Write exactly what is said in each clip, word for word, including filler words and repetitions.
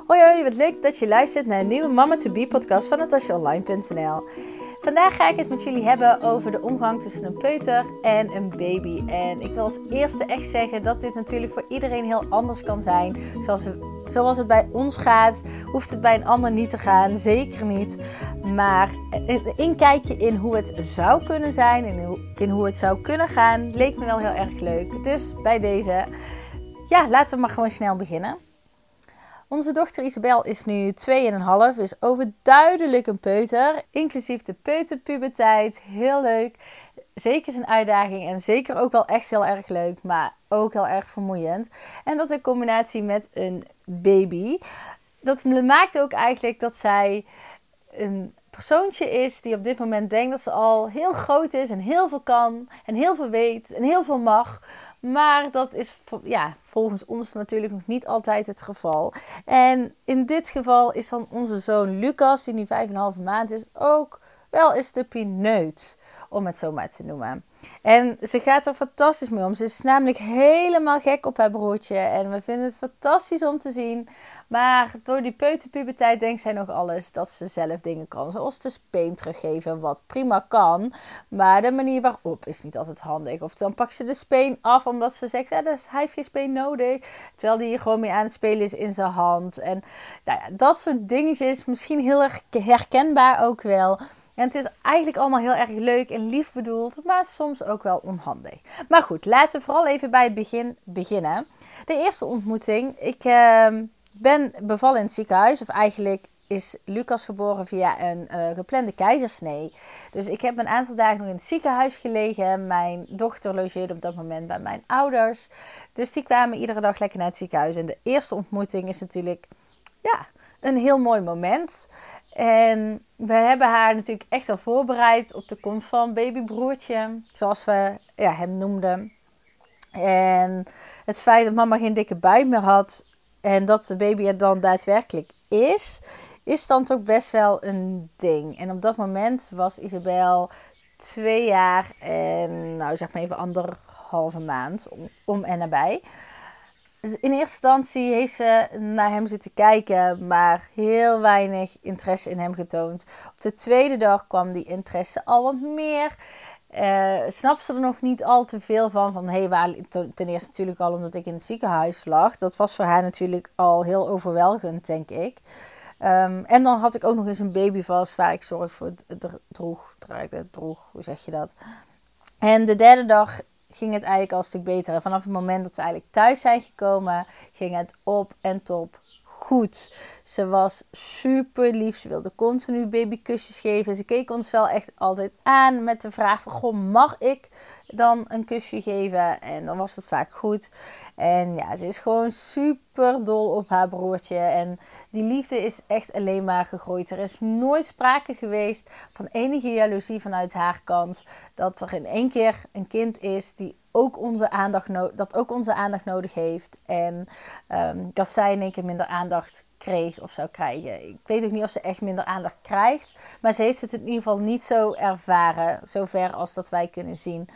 Hoi hoi, wat leuk dat je luistert naar een nieuwe Mama to Be podcast van natasja online punt n l. Vandaag ga ik het met jullie hebben over de omgang tussen een peuter en een baby. En ik wil als eerste echt zeggen dat dit natuurlijk voor iedereen heel anders kan zijn. Zoals, zoals het bij ons gaat, hoeft het bij een ander niet te gaan, zeker niet. Maar een inkijkje in hoe het zou kunnen zijn en in hoe het zou kunnen gaan, leek me wel heel erg leuk. Dus bij deze, ja, laten we maar gewoon snel beginnen. Onze dochter Isabel is nu twee komma vijf, is overduidelijk een peuter, inclusief de peuterpuberteit. Heel leuk, zeker zijn uitdaging en zeker ook wel echt heel erg leuk, maar ook heel erg vermoeiend. En dat in combinatie met een baby, dat maakt ook eigenlijk dat zij een persoontje is die op dit moment denkt dat ze al heel groot is en heel veel kan en heel veel weet en heel veel mag. Maar dat is ja, volgens ons natuurlijk nog niet altijd het geval. En in dit geval is dan onze zoon Lucas, die nu vijf en een halve maand is, ook wel eens de pineut, om het zo maar te noemen. En ze gaat er fantastisch mee om. Ze is namelijk helemaal gek op haar broertje. En we vinden het fantastisch om te zien. Maar door die peuterpuberteit denkt zij nog alles dat ze zelf dingen kan. Zoals de speen teruggeven, wat prima kan. Maar de manier waarop is niet altijd handig. Of dan pakt ze de speen af omdat ze zegt, ja, dus hij heeft geen speen nodig. Terwijl hij hier gewoon mee aan het spelen is in zijn hand. En nou ja, dat soort dingetjes, misschien heel erg herkenbaar ook wel. En het is eigenlijk allemaal heel erg leuk en lief bedoeld, maar soms ook wel onhandig. Maar goed, laten we vooral even bij het begin beginnen. De eerste ontmoeting. Ik uh, ben bevallen in het ziekenhuis. Of eigenlijk is Lucas geboren via een uh, geplande keizersnee. Dus ik heb een aantal dagen nog in het ziekenhuis gelegen. Mijn dochter logeerde op dat moment bij mijn ouders. Dus die kwamen iedere dag lekker naar het ziekenhuis. En de eerste ontmoeting is natuurlijk ja, een heel mooi moment. En we hebben haar natuurlijk echt al voorbereid op de komst van babybroertje, zoals we ja, hem noemden. En het feit dat mama geen dikke buik meer had en dat de baby er dan daadwerkelijk is, is dan toch best wel een ding. En op dat moment was Isabel twee jaar en nou zeg maar even anderhalve maand om, om en nabij. Dus in eerste instantie heeft ze naar hem zitten kijken, maar heel weinig interesse in hem getoond. Op de tweede dag kwam die interesse al wat meer. Uh, snapte ze er nog niet al te veel van. van hey, waar, ten eerste natuurlijk al omdat ik in het ziekenhuis lag. Dat was voor haar natuurlijk al heel overweldigend, denk ik. Um, en dan had ik ook nog eens een baby vast waar ik zorg voor droeg, draagde, droeg, hoe zeg je dat? En de derde dag ging het eigenlijk al een stuk beter. En vanaf het moment dat we eigenlijk thuis zijn gekomen, ging het op en top goed. Ze was super lief. Ze wilde continu babykusjes geven. Ze keek ons wel echt altijd aan met de vraag van, goh, mag ik dan een kusje geven? En dan was het vaak goed. En ja, ze is gewoon super dol op haar broertje. En die liefde is echt alleen maar gegroeid. Er is nooit sprake geweest van enige jaloezie vanuit haar kant. Dat er in één keer een kind is die ook onze aandacht no- dat ook onze aandacht nodig heeft. En um, dat zij in één keer minder aandacht kreeg of zou krijgen. Ik weet ook niet of ze echt minder aandacht krijgt. Maar ze heeft het in ieder geval niet zo ervaren. Zover als dat wij kunnen zien.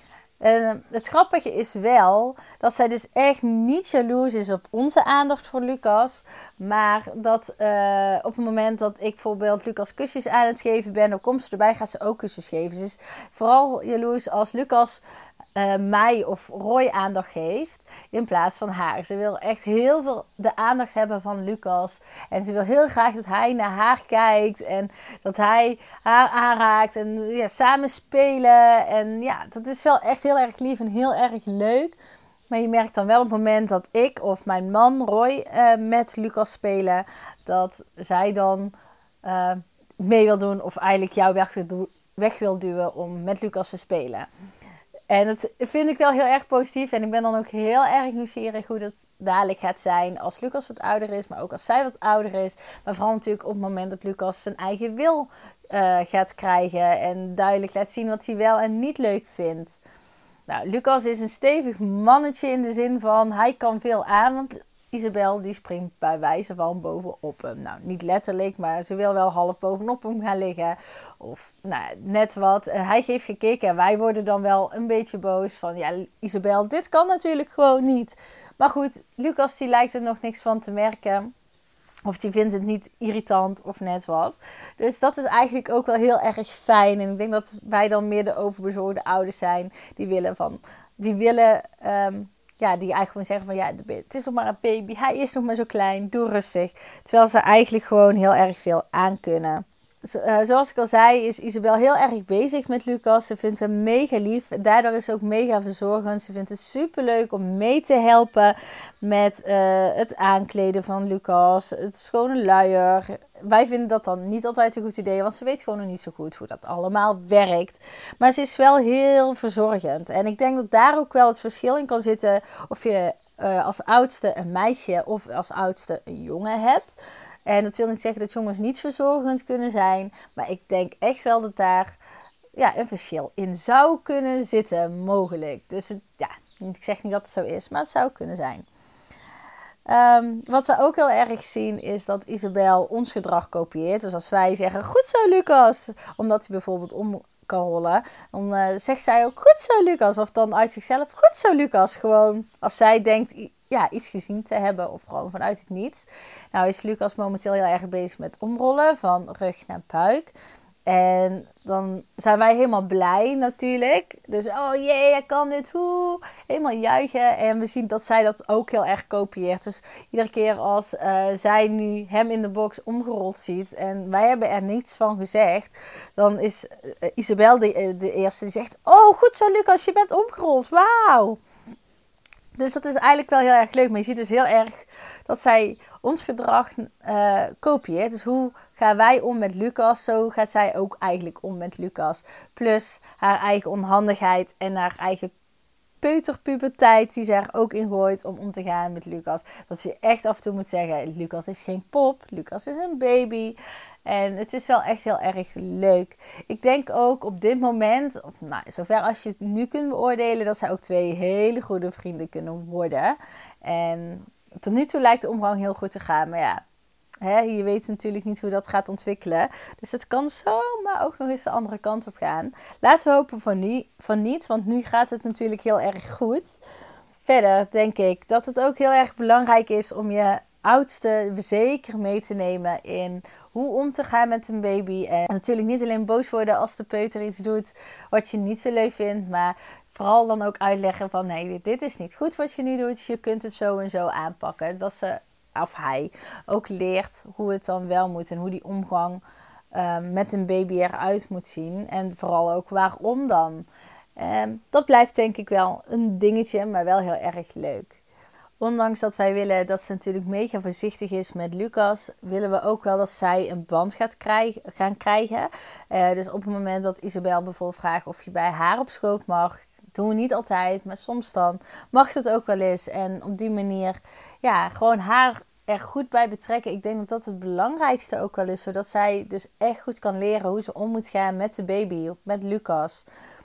Uh, het grappige is wel dat zij dus echt niet jaloers is op onze aandacht voor Lucas. Maar dat uh, op het moment dat ik bijvoorbeeld Lucas kusjes aan het geven ben, dan komt ze erbij, gaat ze ook kusjes geven. Ze is vooral jaloers als Lucas uh, mij of Roy aandacht geeft in plaats van haar. Ze wil echt heel veel de aandacht hebben van Lucas. En ze wil heel graag dat hij naar haar kijkt en dat hij haar aanraakt en ja, samen spelen. En ja, dat is wel echt heel erg lief en heel erg leuk. Maar je merkt dan wel op het moment dat ik of mijn man Roy uh, met Lucas spelen, dat zij dan uh, mee wil doen of eigenlijk jou weg wil, do- weg wil duwen om met Lucas te spelen. En dat vind ik wel heel erg positief. En ik ben dan ook heel erg nieuwsgierig hoe dat dadelijk gaat zijn als Lucas wat ouder is, maar ook als zij wat ouder is. Maar vooral natuurlijk op het moment dat Lucas zijn eigen wil uh, gaat krijgen en duidelijk laat zien wat hij wel en niet leuk vindt. Nou, Lucas is een stevig mannetje in de zin van, hij kan veel aan, want Isabel die springt bij wijze van bovenop hem. Nou, niet letterlijk, maar ze wil wel half bovenop hem gaan liggen. Of nou, net wat. En hij geeft gekeken en wij worden dan wel een beetje boos van, ja, Isabel, dit kan natuurlijk gewoon niet. Maar goed, Lucas die lijkt er nog niks van te merken. Of die vindt het niet irritant of net wat. Dus dat is eigenlijk ook wel heel erg fijn. En ik denk dat wij dan meer de overbezorgde ouders zijn. Die willen van... Die willen... Um, ja, die eigenlijk gewoon zeggen van... Ja, het is nog maar een baby. Hij is nog maar zo klein. Doe rustig. Terwijl ze eigenlijk gewoon heel erg veel aan kunnen. Zo, uh, zoals ik al zei, is Isabel heel erg bezig met Lucas. Ze vindt hem mega lief. Daardoor is ze ook mega verzorgend. Ze vindt het super leuk om mee te helpen met uh, het aankleden van Lucas. Het schone luier. Wij vinden dat dan niet altijd een goed idee, want ze weet gewoon nog niet zo goed hoe dat allemaal werkt. Maar ze is wel heel verzorgend. En ik denk dat daar ook wel het verschil in kan zitten of je uh, als oudste een meisje of als oudste een jongen hebt. En dat wil niet zeggen dat jongens niet verzorgend kunnen zijn. Maar ik denk echt wel dat daar ja, een verschil in zou kunnen zitten, mogelijk. Dus het, ja, ik zeg niet dat het zo is, maar het zou kunnen zijn. Um, wat we ook heel erg zien is dat Isabel ons gedrag kopieert. Dus als wij zeggen, goed zo Lucas, omdat hij bijvoorbeeld om kan rollen, dan uh, zegt zij ook, goed zo Lucas. Of dan uit zichzelf, goed zo Lucas. Gewoon als zij denkt ja, iets gezien te hebben of gewoon vanuit het niets. Nou is Lucas momenteel heel erg bezig met omrollen van rug naar buik. En dan zijn wij helemaal blij natuurlijk. Dus oh jee, hij kan dit. Hoe. Helemaal juichen. En we zien dat zij dat ook heel erg kopieert. Dus iedere keer als uh, zij nu hem in de box omgerold ziet. En wij hebben er niets van gezegd. Dan is uh, Isabel de, de eerste die zegt. Oh goed zo Lucas, je bent omgerold. Wauw. Dus dat is eigenlijk wel heel erg leuk. Maar je ziet dus heel erg dat zij ons gedrag uh, kopieert. Dus hoe gaan wij om met Lucas, zo gaat zij ook eigenlijk om met Lucas. Plus haar eigen onhandigheid en haar eigen peuterpuberteit die ze er ook in gooit om om te gaan met Lucas. Dat ze echt af en toe moet zeggen, Lucas is geen pop, Lucas is een baby. En het is wel echt heel erg leuk. Ik denk ook op dit moment, of nou, zover als je het nu kunt beoordelen, dat zij ook twee hele goede vrienden kunnen worden. En tot nu toe lijkt de omgang heel goed te gaan. Maar ja, hè, je weet natuurlijk niet hoe dat gaat ontwikkelen. Dus het kan zomaar ook nog eens de andere kant op gaan. Laten we hopen van, nie, van niet, want nu gaat het natuurlijk heel erg goed. Verder denk ik dat het ook heel erg belangrijk is om je oudste zeker mee te nemen in hoe om te gaan met een baby. En natuurlijk niet alleen boos worden als de peuter iets doet wat je niet zo leuk vindt, maar vooral dan ook uitleggen van nee, dit is niet goed wat je nu doet. Je kunt het zo en zo aanpakken. Dat ze, of hij, ook leert hoe het dan wel moet en hoe die omgang uh, met een baby eruit moet zien. En vooral ook waarom dan. Um, dat blijft denk ik wel een dingetje, maar wel heel erg leuk. Ondanks dat wij willen dat ze natuurlijk mega voorzichtig is met Lucas, willen we ook wel dat zij een band gaat krijgen, gaan krijgen. Uh, dus op het moment dat Isabel bijvoorbeeld vraagt of je bij haar op schoot mag, doen we niet altijd, maar soms dan mag dat ook wel eens. En op die manier, ja, gewoon haar er goed bij betrekken. Ik denk dat dat het belangrijkste ook wel is, zodat zij dus echt goed kan leren hoe ze om moet gaan met de baby, met Lucas.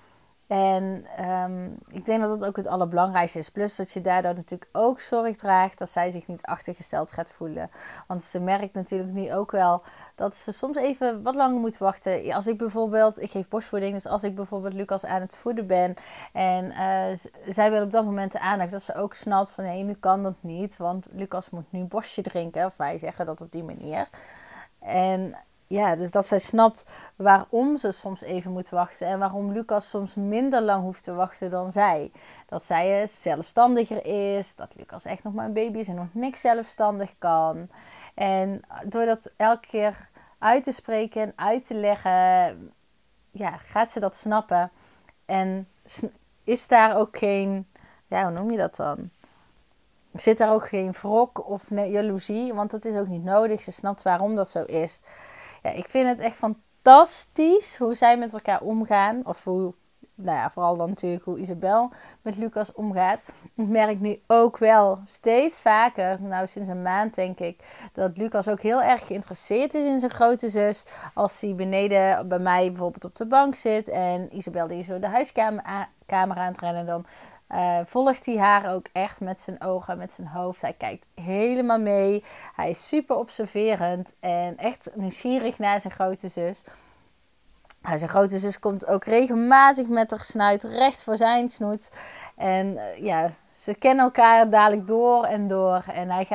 En um, ik denk dat dat ook het allerbelangrijkste is. Plus dat je daardoor natuurlijk ook zorg draagt dat zij zich niet achtergesteld gaat voelen. Want ze merkt natuurlijk nu ook wel dat ze soms even wat langer moet wachten. Als ik bijvoorbeeld, ik geef borstvoeding, dus als ik bijvoorbeeld Lucas aan het voeden ben en uh, zij wil op dat moment de aandacht, dat ze ook snapt van nee, nu kan dat niet, want Lucas moet nu een borstje drinken. Of wij zeggen dat op die manier. En ja, dus dat zij snapt waarom ze soms even moet wachten. En waarom Lucas soms minder lang hoeft te wachten dan zij. Dat zij zelfstandiger is. Dat Lucas echt nog maar een baby is en nog niks zelfstandig kan. En door dat elke keer uit te spreken en uit te leggen, ja, gaat ze dat snappen. En is daar ook geen, ja, hoe noem je dat dan? Zit daar ook geen wrok of jaloezie? Want dat is ook niet nodig. Ze snapt waarom dat zo is. Ja, ik vind het echt fantastisch hoe zij met elkaar omgaan. Of hoe, nou ja, vooral dan natuurlijk hoe Isabel met Lucas omgaat. Ik merk nu ook wel steeds vaker, nou sinds een maand denk ik, dat Lucas ook heel erg geïnteresseerd is in zijn grote zus. Als hij beneden bij mij bijvoorbeeld op de bank zit en Isabel die is zo de huiskamer aan, kamer aan het rennen, dan Uh, volgt hij haar ook echt met zijn ogen, met zijn hoofd. Hij kijkt helemaal mee. Hij is super observerend en echt nieuwsgierig naar zijn grote zus. Nou, zijn grote zus komt ook regelmatig met haar snuit recht voor zijn snoet. En uh, ja, ze kennen elkaar dadelijk door en door. En hij gaat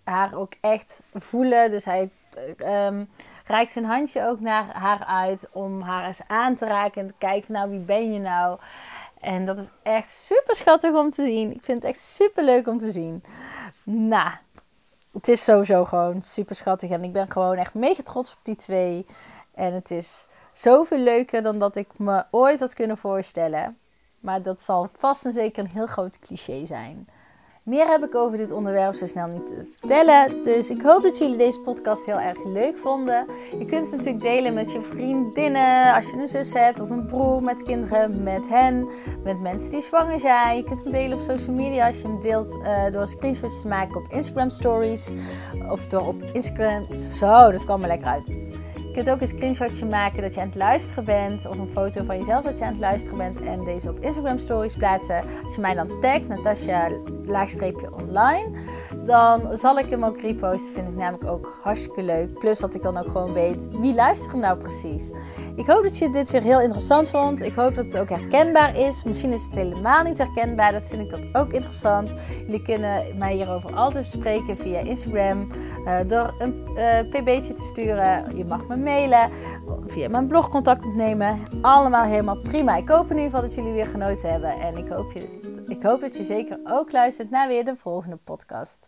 haar ook echt voelen. Dus hij um, reikt zijn handje ook naar haar uit om haar eens aan te raken en te kijken, nou, wie ben je nou? En dat is echt super schattig om te zien. Ik vind het echt super leuk om te zien. Nou, het is sowieso gewoon super schattig. En ik ben gewoon echt mega trots op die twee. En het is zoveel leuker dan dat ik me ooit had kunnen voorstellen. Maar dat zal vast en zeker een heel groot cliché zijn. Meer heb ik over dit onderwerp zo snel niet te vertellen. Dus ik hoop dat jullie deze podcast heel erg leuk vonden. Je kunt het natuurlijk delen met je vriendinnen. Als je een zus hebt of een broer met kinderen. Met hen. Met mensen die zwanger zijn. Je kunt hem delen op social media. Als je hem deelt uh, door screenshots te maken op Instagram stories. Of door op Instagram. Zo, dat kwam er lekker uit. Je kunt ook een screenshotje maken dat je aan het luisteren bent. Of een foto van jezelf dat je aan het luisteren bent. En deze op Instagram stories plaatsen. Als je mij dan tagt, Natasja laagstreepje online. Dan zal ik hem ook reposten. Vind ik namelijk ook hartstikke leuk. Plus dat ik dan ook gewoon weet wie luistert nou precies. Ik hoop dat je dit weer heel interessant vond. Ik hoop dat het ook herkenbaar is. Misschien is het helemaal niet herkenbaar. Dat vind ik dat ook interessant. Jullie kunnen mij hierover altijd spreken via Instagram. Uh, door een uh, pb'tje te sturen. Je mag me mailen. Via mijn blog contact opnemen. Allemaal helemaal prima. Ik hoop in ieder geval dat jullie weer genoten hebben. En ik hoop, je, ik hoop dat je zeker ook luistert naar weer de volgende podcast.